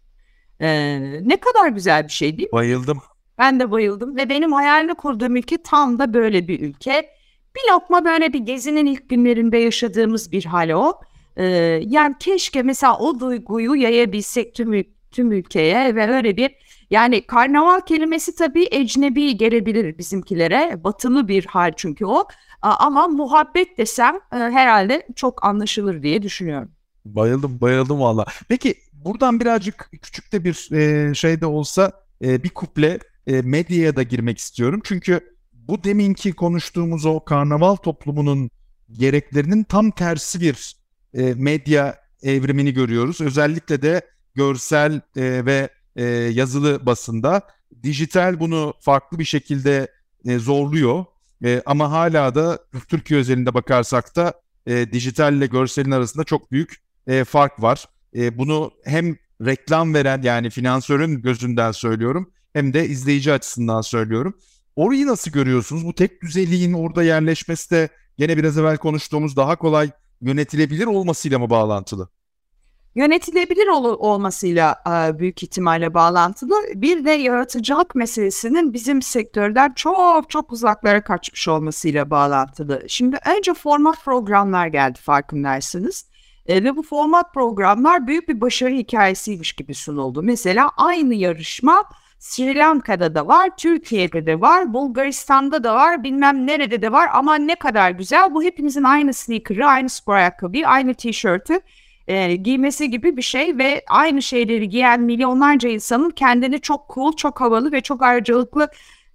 Ne kadar güzel bir şey değil mi? Bayıldım. Ben de bayıldım ve benim hayalini kurduğum ülke tam da böyle bir ülke. Bir lokma böyle bir gezinin ilk günlerinde yaşadığımız bir hal o. Yani keşke mesela o duyguyu yayabilsek tüm ülkeye ve öyle bir, yani karnaval kelimesi tabii ecnebi gelebilir bizimkilere, batılı bir hal çünkü o, ama muhabbet desem herhalde çok anlaşılır diye düşünüyorum. Bayıldım valla. Peki buradan birazcık küçük de bir şey de olsa bir kuple medyaya da girmek istiyorum. Çünkü bu deminki konuştuğumuz o karnaval toplumunun gereklerinin tam tersi bir medya evrimini görüyoruz. Özellikle de görsel ve yazılı basında. Dijital bunu farklı bir şekilde zorluyor. Ama hala da Türkiye özelinde bakarsak da dijitalle görselin arasında çok büyük fark var. Bunu hem reklam veren, yani finansörün gözünden söylüyorum, hem de izleyici açısından söylüyorum. Orayı nasıl görüyorsunuz? Bu tek düzeliğin orada yerleşmesi de gene biraz evvel konuştuğumuz daha kolay yönetilebilir olmasıyla mı bağlantılı? Yönetilebilir olmasıyla büyük ihtimalle bağlantılı. Bir de yaratıcılık meselesinin bizim sektörden çok çok uzaklara kaçmış olmasıyla bağlantılı. Şimdi önce format programlar geldi, farkındaysanız. Ve bu format programlar büyük bir başarı hikayesiymiş gibi sunuldu. Mesela aynı yarışma Sri Lanka'da da var, Türkiye'de de var, Bulgaristan'da da var, bilmem nerede de var. Ama ne kadar güzel, bu hepimizin aynı sneaker'ı, aynı spor ayakkabıyı, aynı tişörtü giymesi gibi bir şey ve aynı şeyleri giyen milyonlarca insanın kendini çok cool, çok havalı ve çok ayrıcalıklı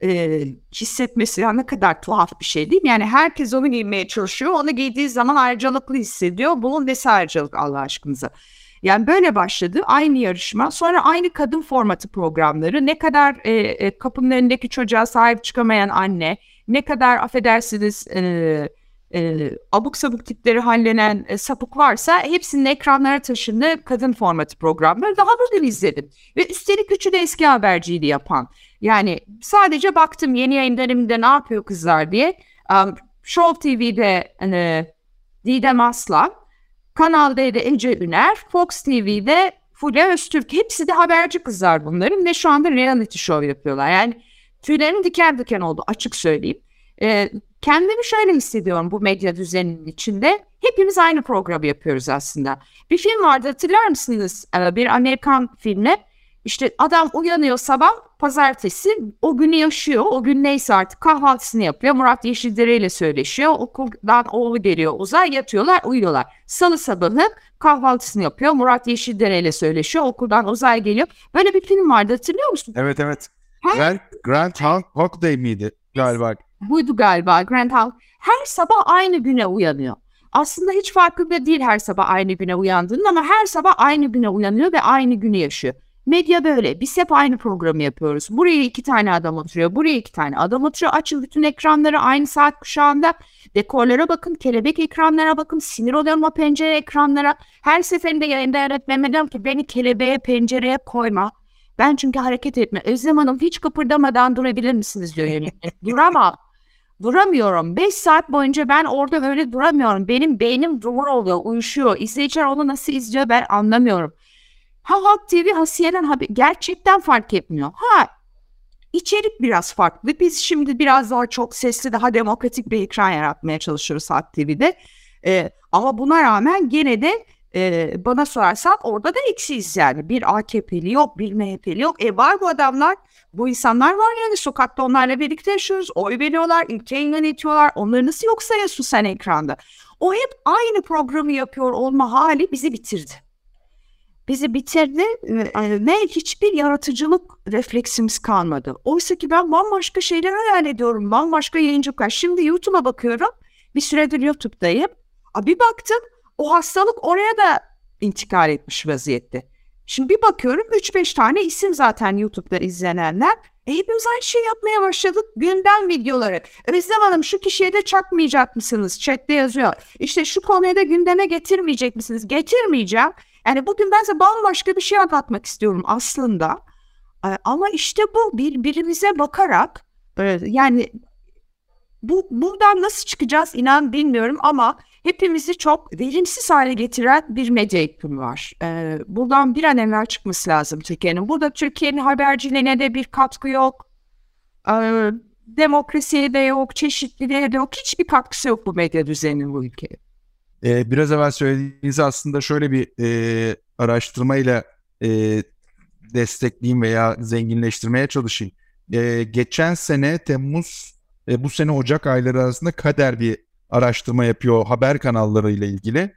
hissetmesi. Ya ne kadar tuhaf bir şey değil mi? Yani herkes onu giymeye çalışıyor, onu giydiği zaman ayrıcalıklı hissediyor. Bunun nesi ayrıcalık Allah aşkınıza? Yani böyle başladı aynı yarışma. Sonra aynı kadın formatı programları. Ne kadar kapının önündeki çocuğa sahip çıkamayan anne, ne kadar affedersiniz abuk sabuk tipleri hallenen sapık varsa hepsinin ekranlara taşındığı kadın formatı programları daha bugün izledim. Ve üstelik üçü de eski haberciydi yapan. Yani sadece baktım yeni yayın döneminde ne yapıyor kızlar diye. Show TV'de Didem Aslan, Kanal D'de Ece Üner, Fox TV'de Fulya Öztürk. Hepsi de haberci kızlar bunların ve şu anda reality show yapıyorlar. Yani tüylerim diken diken oldu, açık söyleyeyim. Kendimi şöyle hissediyorum bu medya düzeninin içinde. Hepimiz aynı programı yapıyoruz aslında. Bir film vardı, hatırlar mısınız? Bir Amerikan filmi. İşte adam uyanıyor sabah, pazartesi, o günü yaşıyor. O gün neyse artık kahvaltısını yapıyor. Murat Yeşildere ile söyleşiyor. Okuldan oğlu geliyor, Uzay, yatıyorlar, uyuyorlar. Salı sabahı kahvaltısını yapıyor. Murat Yeşildere ile söyleşiyor. Okuldan Uzay geliyor. Böyle bir film vardı, hatırlıyor musun? Evet. Groundhog Day miydi galiba? Buydu galiba, Groundhog. Her sabah aynı güne uyanıyor. Aslında hiç farkında değil her sabah aynı güne uyandığının ama her sabah aynı güne uyanıyor ve aynı günü yaşıyor. Medya böyle. Biz hep aynı programı yapıyoruz. Buraya 2 tane adam oturuyor. Buraya 2 tane adam oturuyor. Açın bütün ekranları aynı saat kuşağında. Dekorlara bakın, kelebek ekranlara bakın. Sinir oluyorum o pencere ekranlara. Her seferinde yayında yönetmenime diyorum ki beni kelebeğe, pencereye koyma. Ben çünkü hareket etme. Özlem Hanım hiç kıpırdamadan durabilir misiniz diyor yönetmen. Duramam. Duramıyorum. 5 saat boyunca ben orada öyle duramıyorum. Benim beynim dumur oluyor, uyuşuyor. İzleyiciler onu nasıl izliyor ben anlamıyorum. Halk TV, CNN haber gerçekten fark etmiyor. İçerik biraz farklı. Biz şimdi biraz daha çok sesli, daha demokratik bir ekran yaratmaya çalışıyoruz Halk TV'de. Ama buna rağmen gene de bana sorarsan orada da eksiyiz yani. Bir AKP'li yok, bir MHP'li yok. Var bu adamlar, bu insanlar var yani sokakta onlarla birlikte yaşıyoruz. Oy veriyorlar, ülkeyi yönetiyorlar. Onları nasıl yok sayıyorsun sen ekranda? O hep aynı programı yapıyor olma hali bizi bitirdi. Bizi bitirdi ve hiçbir yaratıcılık refleksimiz kalmadı. Oysa ki ben bambaşka şeyler hayal ediyorum. Bambaşka yayıncılıklar. Şimdi YouTube'a bakıyorum. Bir süredir YouTube'dayım. Bir baktım o hastalık oraya da intikal etmiş vaziyette. Şimdi bir bakıyorum 3-5 tane isim zaten YouTube'da izlenenler. Hepimiz aynı şey yapmaya başladık. Gündem videoları. Özlem Hanım şu kişiye de çakmayacak mısınız? Chat'te yazıyor. İşte şu konuyu da gündeme getirmeyecek misiniz? Getirmeyeceğim. Yani bugün ben size bambaşka bir şey anlatmak istiyorum aslında. Ama işte bu birbirimize bakarak yani buradan nasıl çıkacağız inan bilmiyorum ama hepimizi çok verimsiz hale getiren bir medya iklimi var. Buradan bir an evvel çıkması lazım Türkiye'nin. Burada Türkiye'nin haberciliğine de bir katkı yok. Demokrasiye de yok, çeşitliliğe de yok. Hiçbir katkısı yok bu medya düzeninin bu ülkeye. Biraz evvel söylediğinizi aslında şöyle bir araştırmayla destekleyeyim veya zenginleştirmeye çalışayım. Geçen sene Temmuz, bu sene Ocak ayları arasında Kader bir araştırma yapıyor haber kanalları ile ilgili.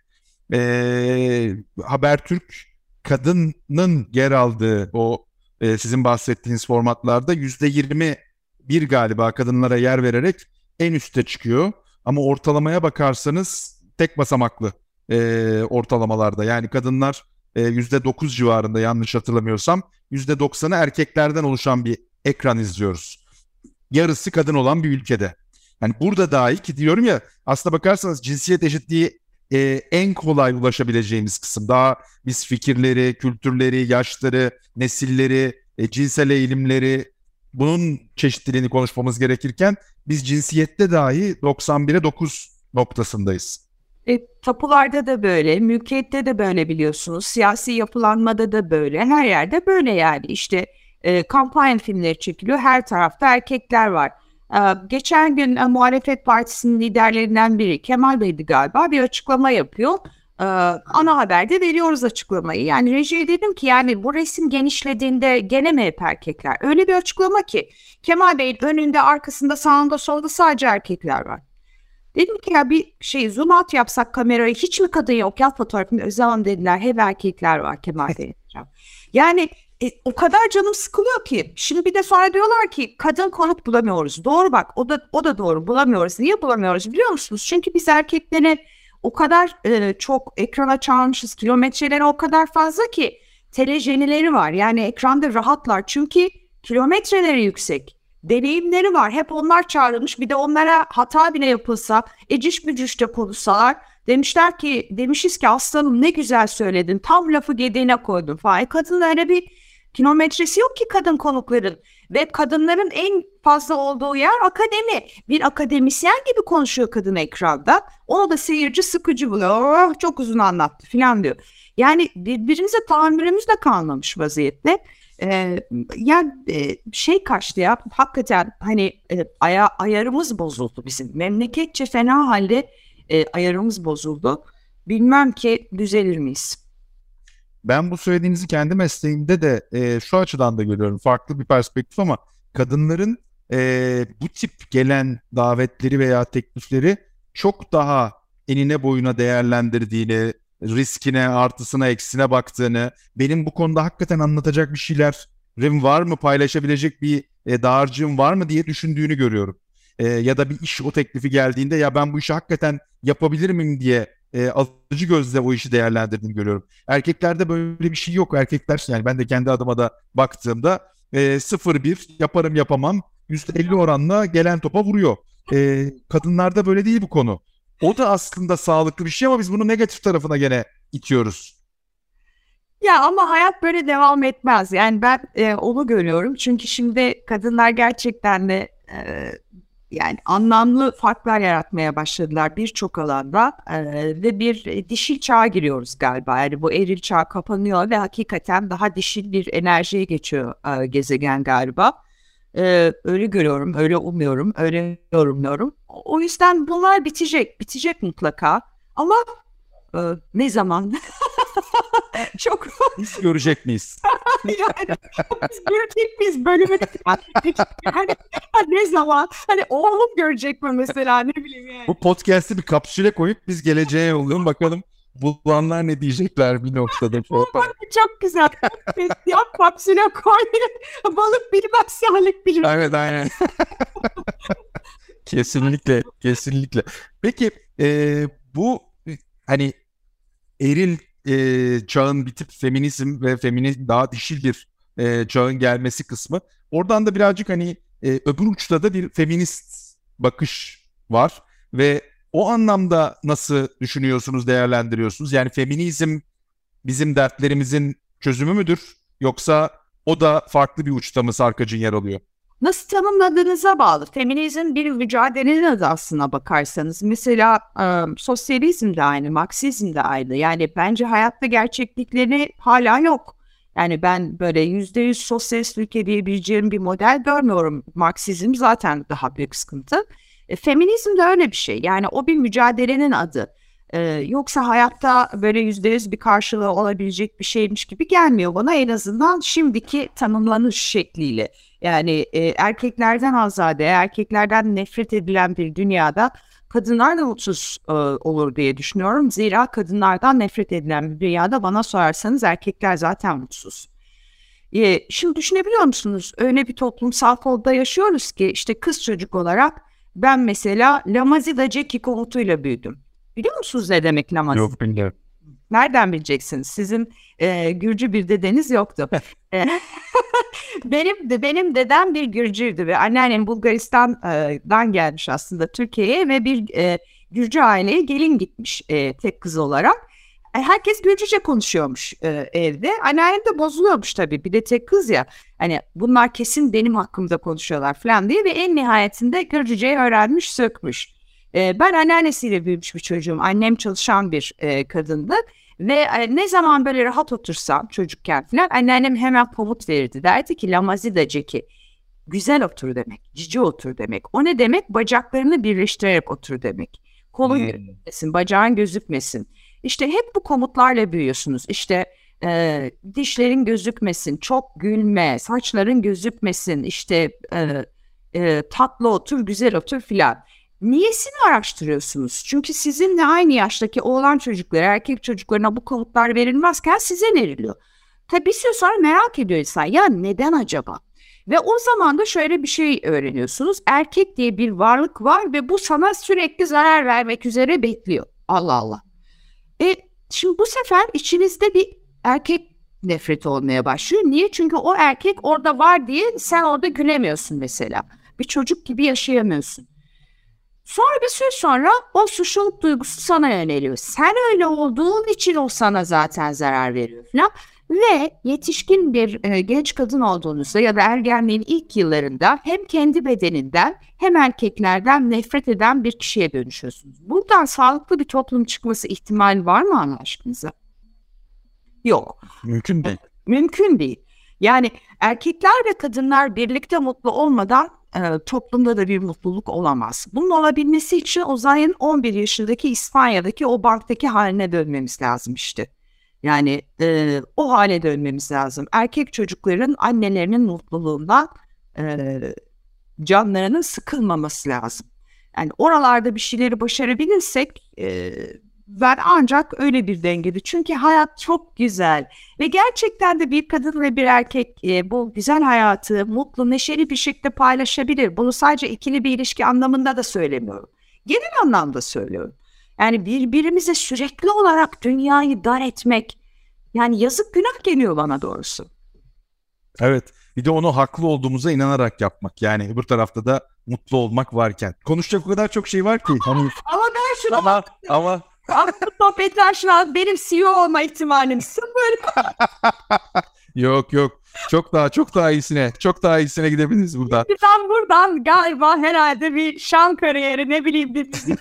Habertürk kadının yer aldığı o sizin bahsettiğiniz formatlarda %21 galiba kadınlara yer vererek en üste çıkıyor. Ama ortalamaya bakarsanız tek basamaklı ortalamalarda. Yani kadınlar %9 civarında yanlış hatırlamıyorsam %90'ı erkeklerden oluşan bir ekran izliyoruz. Yarısı kadın olan bir ülkede. Yani burada dahi ki diyorum ya aslına bakarsanız cinsiyet eşitliği en kolay ulaşabileceğimiz kısım. Daha biz fikirleri, kültürleri, yaşları, nesilleri, cinsel eğilimleri bunun çeşitliliğini konuşmamız gerekirken biz cinsiyette dahi 91'e 9 noktasındayız. Tapularda da böyle, mülkiyette de böyle biliyorsunuz, siyasi yapılanmada da böyle, her yerde böyle yani işte kampanya filmleri çekiliyor, her tarafta erkekler var. Geçen gün muhalefet partisinin liderlerinden biri Kemal Bey'di galiba bir açıklama yapıyor. Ana haberde veriyoruz açıklamayı. Yani rejiye dedim ki yani bu resim genişlediğinde gene mi hep erkekler? Öyle bir açıklama ki Kemal Bey'in önünde, arkasında, sağında, solda sadece erkekler var. Dedim ki ya bir zoom out yapsak kamerayı hiç mi kadın yok ya fotoğrafında Özlem dediler hep erkekler var Kemal Bey. Yani o kadar canım sıkılıyor ki. Şimdi bir de sonra diyorlar ki kadın konuk bulamıyoruz. Doğru bak o da doğru bulamıyoruz. Niye bulamıyoruz biliyor musunuz? Çünkü biz erkeklere o kadar çok ekrana çağırmışız. Kilometreleri o kadar fazla ki telejenileri var. Yani ekranda rahatlar. Çünkü kilometreleri yüksek. Deneyimleri var. Hep onlar çağrılmış. Bir de onlara hata bile yapılsa, eciş bücüş de konuşsalar demişiz ki aslanım ne güzel söyledin. Tam lafı gediğine koydun falan. Kadınlara bir kilometresi yok ki kadın konukların. Ve kadınların en fazla olduğu yer akademi. Bir akademisyen gibi konuşuyor kadın ekranda. Onu da seyirci sıkıcı buluyor. Oh, çok uzun anlattı falan diyor. Yani birbirimize tahammülümüz de kalmamış vaziyette. Kaçtı ya hakikaten hani ayarımız bozuldu bizim. Memleketçe fena halde ayarımız bozuldu. Bilmem ki düzelir miyiz? Ben bu söylediğinizi kendi mesleğimde de şu açıdan da görüyorum. Farklı bir perspektif ama kadınların bu tip gelen davetleri veya teklifleri çok daha enine boyuna değerlendirdiğini, riskine, artısına, eksisine baktığını, benim bu konuda hakikaten anlatacak bir şeylerim var mı, paylaşabilecek bir dağarcığım var mı diye düşündüğünü görüyorum. ya da bir iş o teklifi geldiğinde ya ben bu işi hakikaten yapabilir miyim diye alıcı gözle o işi değerlendirdiğini görüyorum. Erkeklerde böyle bir şey yok. Erkekler, yani ben de kendi adıma da baktığımda 0-1 yaparım yapamam %50 oranla gelen topa vuruyor. Kadınlarda böyle değil bu konu. O da aslında sağlıklı bir şey ama biz bunu negatif tarafına gene itiyoruz. Ya ama hayat böyle devam etmez. Yani ben onu görüyorum. Çünkü şimdi kadınlar gerçekten de yani anlamlı farklar yaratmaya başladılar birçok alanda ve bir dişil çağa giriyoruz galiba. Yani bu eril çağ kapanıyor ve hakikaten daha dişil bir enerjiye geçiyor gezegen galiba. Öyle görüyorum, öyle umuyorum, öyle yorumluyorum. O yüzden bunlar bitecek mutlaka. Ama ne zaman? Çok Biz görecek miyiz? yani biz görecek miyiz bölümü? Yani ne zaman? Hani oğlum görecek mi mesela, ne bileyim yani. Bu podcast'i bir kapsüle koyup biz geleceğe yollayalım bakalım bulanlar ne diyecekler bir noktada. Çok güzel. Ya kapsüle koy. Balık bilmez, balık bilir. Evet, aynen. Kesinlikle, kesinlikle. Peki bu hani eril çağın bitip feminizm ve feminizm daha dişil bir çağın gelmesi kısmı. Oradan da birazcık hani öbür uçta da bir feminist bakış var ve o anlamda nasıl düşünüyorsunuz, değerlendiriyorsunuz? Yani feminizm bizim dertlerimizin çözümü müdür? Yoksa o da farklı bir uçta mı sarkacın yer alıyor? Nasıl tanımladığınıza bağlı. Feminizm bir mücadelenin adı aslına bakarsanız. Mesela sosyalizm de aynı, Marksizm de aynı. Yani bence hayatta gerçeklikleri hala yok. Yani ben böyle %100 sosyalist ülke diyebileceğim bir model görmüyorum. Marksizm zaten daha büyük sıkıntı. Feminizm de öyle bir şey. Yani o bir mücadelenin adı. Yoksa hayatta böyle %100 bir karşılığı olabilecek bir şeymiş gibi gelmiyor bana, en azından şimdiki tanımlanış şekliyle. Yani erkeklerden azade, erkeklerden nefret edilen bir dünyada kadınlar da mutsuz olur diye düşünüyorum. Zira kadınlardan nefret edilen bir dünyada bana sorarsanız erkekler zaten mutsuz. Şimdi düşünebiliyor musunuz? Öyle bir toplumsal kodda yaşıyoruz ki işte kız çocuk olarak ben mesela Lamazida Jackie komutuyla büyüdüm. Biliyor musunuz ne demek Lamazida? Yok, bilmiyorum. Nereden bileceksiniz? Sizin Gürcü bir dedeniz yoktu. Benim dedem bir Gürcüydü ve anneannem Bulgaristan'dan gelmiş aslında Türkiye'ye ve bir Gürcü aileye gelin gitmiş tek kız olarak. Herkes Gürcüce konuşuyormuş evde. Anneannem de bozuluyormuş tabii. Bir de tek kız ya. Hani bunlar kesin benim hakkımda konuşuyorlar falan diye ve en nihayetinde Gürcüceyi öğrenmiş, sökmüş. Ben anneannesiyle büyümüş bir çocuğum. Annem çalışan bir kadındı. Ve ne zaman böyle rahat otursam çocukken falan anneannem hemen komut verirdi. Derdi ki Lamazida Jackie, güzel otur demek, cici otur demek. O ne demek? Bacaklarını birleştirerek otur demek. Kolun gözükmesin, bacağın gözükmesin. İşte hep bu komutlarla büyüyorsunuz. İşte dişlerin gözükmesin, çok gülme, saçların gözükmesin, işte tatlı otur, güzel otur filan. Niyesini araştırıyorsunuz. Çünkü sizinle aynı yaştaki oğlan çocukları, erkek çocuklarına bu komutlar verilmezken size veriliyor. Tabii bir süre sonra merak ediyor insan. Ya neden acaba? Ve o zaman da şöyle bir şey öğreniyorsunuz. Erkek diye bir varlık var ve bu sana sürekli zarar vermek üzere bekliyor. Allah Allah. Şimdi bu sefer içinizde bir erkek nefreti olmaya başlıyor. Niye? Çünkü o erkek orada var diye sen orada gülemiyorsun mesela. Bir çocuk gibi yaşayamıyorsun. Sonra bir süre sonra o suçluluk duygusu sana yöneliyor. Sen öyle olduğun için o sana zaten zarar veriyor falan. Ve yetişkin bir genç kadın olduğunuzda ya da ergenliğin ilk yıllarında hem kendi bedeninden hem erkeklerden nefret eden bir kişiye dönüşüyorsunuz. Buradan sağlıklı bir toplum çıkması ihtimali var mı Allah aşkınıza? Yok. Mümkün değil. Mümkün değil. Yani erkekler ve kadınlar birlikte mutlu olmadan toplumda da bir mutluluk olamaz. Bunun olabilmesi için Uzay'ın 11 yaşındaki İspanya'daki o banktaki haline dönmemiz lazım işte. Yani o hale dönmemiz lazım. Erkek çocukların annelerinin mutluluğundan canlarının sıkılmaması lazım. Yani oralarda bir şeyleri başarabilirsek ben ancak öyle bir dengede. Çünkü hayat çok güzel ve gerçekten de bir kadın ve bir erkek bu güzel hayatı mutlu, neşeli bir şekilde paylaşabilir. Bunu sadece ikili bir ilişki anlamında da söylemiyorum. Genel anlamda söylüyorum. Yani birbirimize sürekli olarak dünyayı dar etmek, yani yazık, günah geliyor bana doğrusu. Evet. Bir de onu haklı olduğumuza inanarak yapmak. Yani öbür tarafta da mutlu olmak varken. Konuşacak o kadar çok şey var ki. Hani Ama ben şunu ama bu sohbetler şu an benim CEO olma ihtimalim. Böyle. yok. Çok daha iyisine. Çok daha iyisine gidebiliriz buradan. Ben buradan galiba herhalde bir şan kariyeri, ne bileyim, bir müzik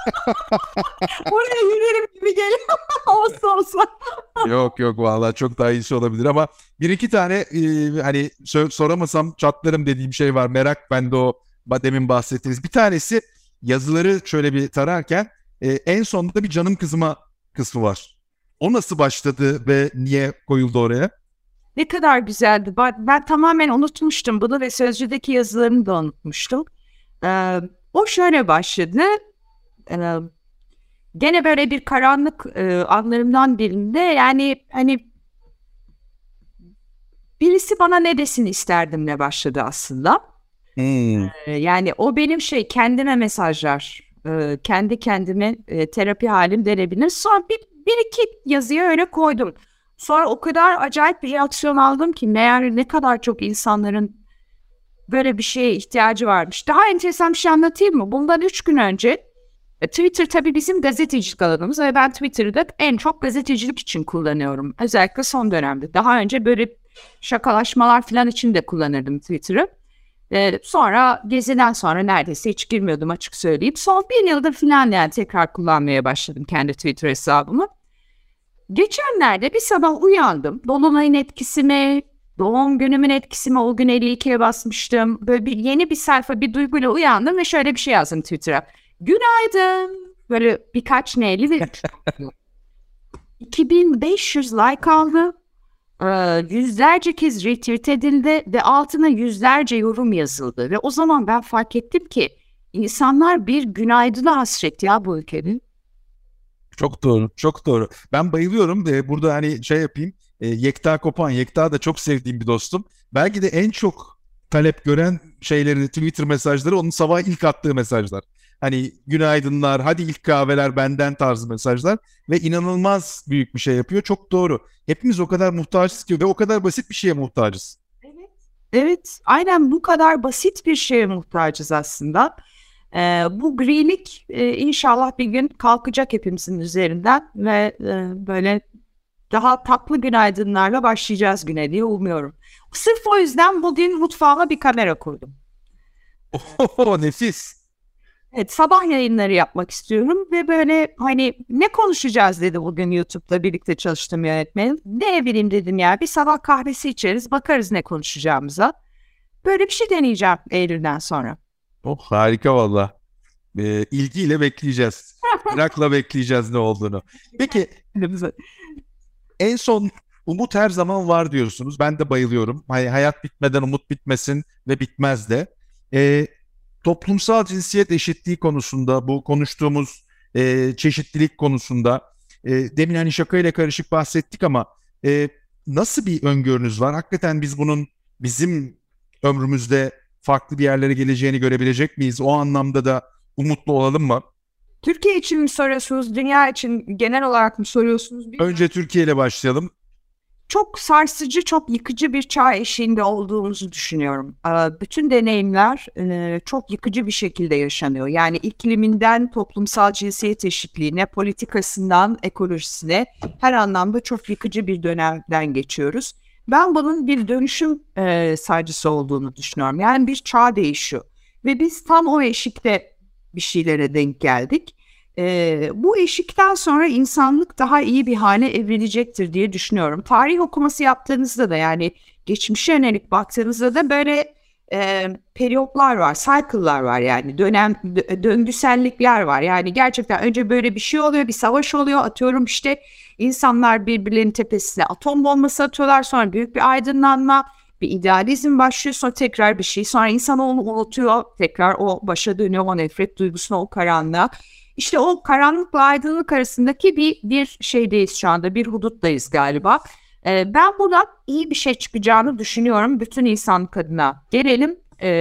oraya yürüyelim gibi geliyor. olsa. Yok vallahi çok daha iyisi olabilir ama bir iki tane hani soramasam çatlarım dediğim şey var. Merak bende o demin bahsettiğiniz. Bir tanesi, yazıları şöyle bir tararken en sonunda bir canım kızıma kısmı var. O nasıl başladı ve niye koyuldu oraya? Ne kadar güzeldi. Ben tamamen unutmuştum bunu ve Sözcü'deki yazılarını da unutmuştum. O şöyle başladı. Gene böyle bir karanlık anlarımdan birinde, yani hani birisi bana ne desin isterdimle başladı aslında. Yani o benim kendime mesajlar, kendi kendime terapi halim denebilir. Sonra bir iki yazıya öyle koydum. Sonra o kadar acayip bir reaksiyon aldım ki meğer ne kadar çok insanların böyle bir şeye ihtiyacı varmış. Daha enteresan bir şey anlatayım mı? Bundan 3 gün önce Twitter tabii bizim gazetecilik alanımız ve ben Twitter'da en çok gazetecilik için kullanıyorum. Özellikle son dönemde. Daha önce böyle şakalaşmalar falan için de kullanırdım Twitter'ı. Sonra Gezi'den sonra neredeyse hiç girmiyordum, açık söyleyeyim. Son bir yıldır falan yani tekrar kullanmaya başladım kendi Twitter hesabımı. Geçenlerde bir sabah uyandım. Dolunayın etkisi mi, doğum günümün etkisi mi, o gün 52'ye basmıştım. Böyle yeni bir sayfa, bir duyguyla uyandım ve şöyle bir şey yazdım Twitter'a. Günaydın. Böyle birkaç neyli ve 2500 like aldı. Yüzlerce kez retweet edildi ve altına yüzlerce yorum yazıldı. Ve o zaman ben fark ettim ki insanlar bir günaydına hasret ya bu ülkenin. Çok doğru. Ben bayılıyorum. Burada hani yapayım. Yekta Kopan. Yekta da çok sevdiğim bir dostum. Belki de en çok talep gören şeyleri, Twitter mesajları onun sabah ilk attığı mesajlar. Hani günaydınlar, hadi ilk kahveler benden tarzı mesajlar ve inanılmaz büyük bir şey yapıyor. Çok doğru. Hepimiz o kadar muhtaçız ki ve o kadar basit bir şeye muhtacız. Evet, aynen bu kadar basit bir şeye muhtacız aslında. Bu grilik inşallah bir gün kalkacak hepimizin üzerinden ve böyle daha tatlı günaydınlarla başlayacağız güne diye umuyorum. Sırf o yüzden bugün mutfağıma bir kamera kurdum. Nefis. Evet, sabah yayınları yapmak istiyorum ve böyle hani ne konuşacağız dedi bugün YouTube'da birlikte çalıştığım yönetmenim. Ne bileyim dedim ya, bir sabah kahvesi içeriz, bakarız ne konuşacağımıza. Böyle bir şey deneyeceğim Eylül'den sonra. Harika valla. İlgiyle bekleyeceğiz. Merakla bekleyeceğiz ne olduğunu. Peki en son, umut her zaman var diyorsunuz. Ben de bayılıyorum. Hayat bitmeden umut bitmesin ve bitmez de. Toplumsal cinsiyet eşitliği konusunda, bu konuştuğumuz çeşitlilik konusunda demin hani şakayla karışık bahsettik ama nasıl bir öngörünüz var? Hakikaten biz bunun bizim ömrümüzde farklı bir yerlere geleceğini görebilecek miyiz? O anlamda da umutlu olalım mı? Türkiye için mi soruyorsunuz, dünya için genel olarak mı soruyorsunuz? Önce Türkiye ile başlayalım. Çok sarsıcı, çok yıkıcı bir çağ eşiğinde olduğumuzu düşünüyorum. Bütün deneyimler çok yıkıcı bir şekilde yaşanıyor. Yani ikliminden toplumsal cinsiyet eşitliğine, politikasından ekolojisine her anlamda çok yıkıcı bir dönemden geçiyoruz. Ben bunun bir dönüşüm sancısı olduğunu düşünüyorum. Yani bir çağ değişiyor. Ve biz tam o eşikte bir şeylere denk geldik. Bu eşikten sonra insanlık daha iyi bir hale evrilecektir diye düşünüyorum. Tarih okuması yaptığınızda da, yani geçmişe yönelik baktığınızda da böyle periyotlar var, cycle'lar var, yani döngüsellikler var. Yani gerçekten önce böyle bir şey oluyor, bir savaş oluyor, atıyorum işte insanlar birbirlerinin tepesine atom bombası atıyorlar, sonra büyük bir aydınlanma, bir idealizm başlıyor, sonra tekrar bir şey, sonra insan onu unutuyor, tekrar o başa dönüyor, o nefret duygusuna, o karanlığa. İşte o karanlıkla aydınlık arasındaki bir şeydeyiz şu anda, bir huduttayız galiba. Ben buradan iyi bir şey çıkacağını düşünüyorum bütün insanlık adına. Gelelim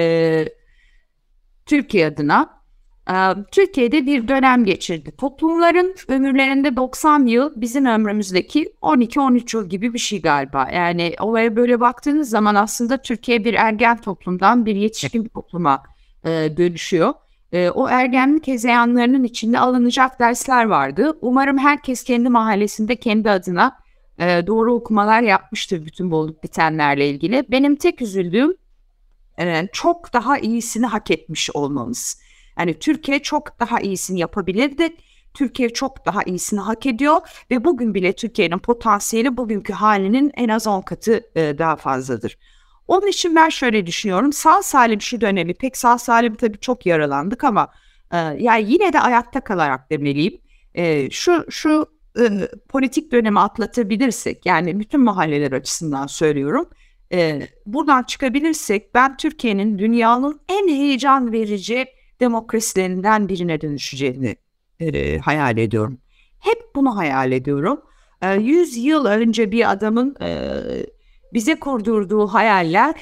Türkiye adına. Türkiye'de bir dönem geçirdi. Toplumların ömürlerinde 90 yıl bizim ömrümüzdeki 12-13 yıl gibi bir şey galiba. Yani olaya böyle baktığınız zaman aslında Türkiye bir ergen toplumdan bir yetişkin topluma dönüşüyor. O ergenlik hezeyanlarının içinde alınacak dersler vardı. Umarım herkes kendi mahallesinde kendi adına doğru okumalar yapmıştır bütün bu olup bitenlerle ilgili. Benim tek üzüldüğüm çok daha iyisini hak etmiş olmamız. Yani Türkiye çok daha iyisini yapabilirdi. Türkiye çok daha iyisini hak ediyor ve bugün bile Türkiye'nin potansiyeli bugünkü halinin en az 10 katı daha fazladır. Onun için ben şöyle düşünüyorum. Sağ salim şu dönemi, pek sağ salim tabii çok yaralandık ama yani yine de ayakta kalarak demeliyim. Şu politik dönemi atlatabilirsek, yani bütün mahalleler açısından söylüyorum. Buradan çıkabilirsek ben Türkiye'nin dünyanın en heyecan verici demokrasilerinden birine dönüşeceğini hayal ediyorum. Hep bunu hayal ediyorum. 100 yıl önce bir adamın bize kurdurduğu hayaller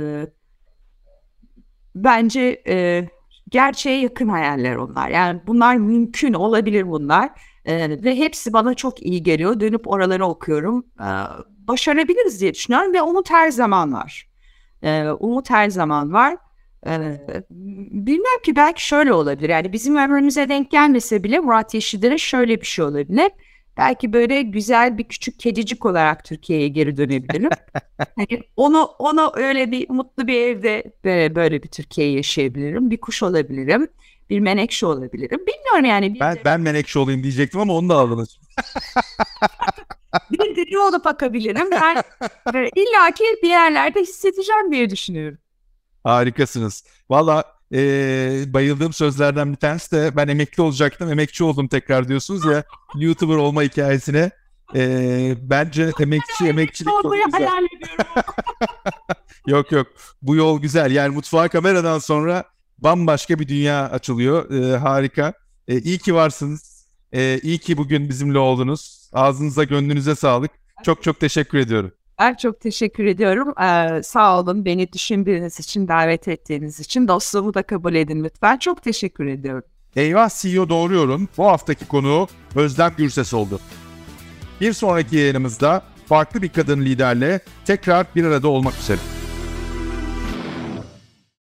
bence gerçeğe yakın hayaller onlar. Yani bunlar mümkün olabilir bunlar. Ve hepsi bana çok iyi geliyor. Dönüp oraları okuyorum. Başarabiliriz diye düşünüyorum ve umut her zaman var. Umut her zaman var. Bilmem ki belki şöyle olabilir. Yani bizim ömrümüze denk gelmese bile Murat Yeşil'de şöyle bir şey olabilir. Belki böyle güzel bir küçük kedicik olarak Türkiye'ye geri dönebilirim. Hani onu öyle bir mutlu bir evde böyle bir Türkiye yaşayabilirim. Bir kuş olabilirim. Bir menekşe olabilirim. Bilmiyorum yani. Ben menekşe olayım diyecektim ama onu da aldınız. Bir deli olup bakabilirim. Ben illaki bir yerlerde hissedeceğim diye düşünüyorum. Harikasınız. Valla bayıldığım sözlerden bir tanesi de ben emekli olacaktım. Emekçi oldum tekrar diyorsunuz ya. YouTuber olma hikayesine. Bence emekçilik çok güzel. Yok. Bu yol güzel. Yani mutfağa kameradan sonra bambaşka bir dünya açılıyor. Harika. İyi ki varsınız. İyi ki bugün bizimle oldunuz. Ağzınıza, gönlünüze sağlık. Çok teşekkür ediyorum. Ben çok teşekkür ediyorum. Sağ olun beni düşündüğünüz için, davet ettiğiniz için. Dostluğumu da kabul edin lütfen. Çok teşekkür ediyorum. Eyvah CEO Doğruyorum. Bu haftaki konuğu Özlem Gürses oldu. Bir sonraki yayınımızda farklı bir kadın liderle tekrar bir arada olmak üzere.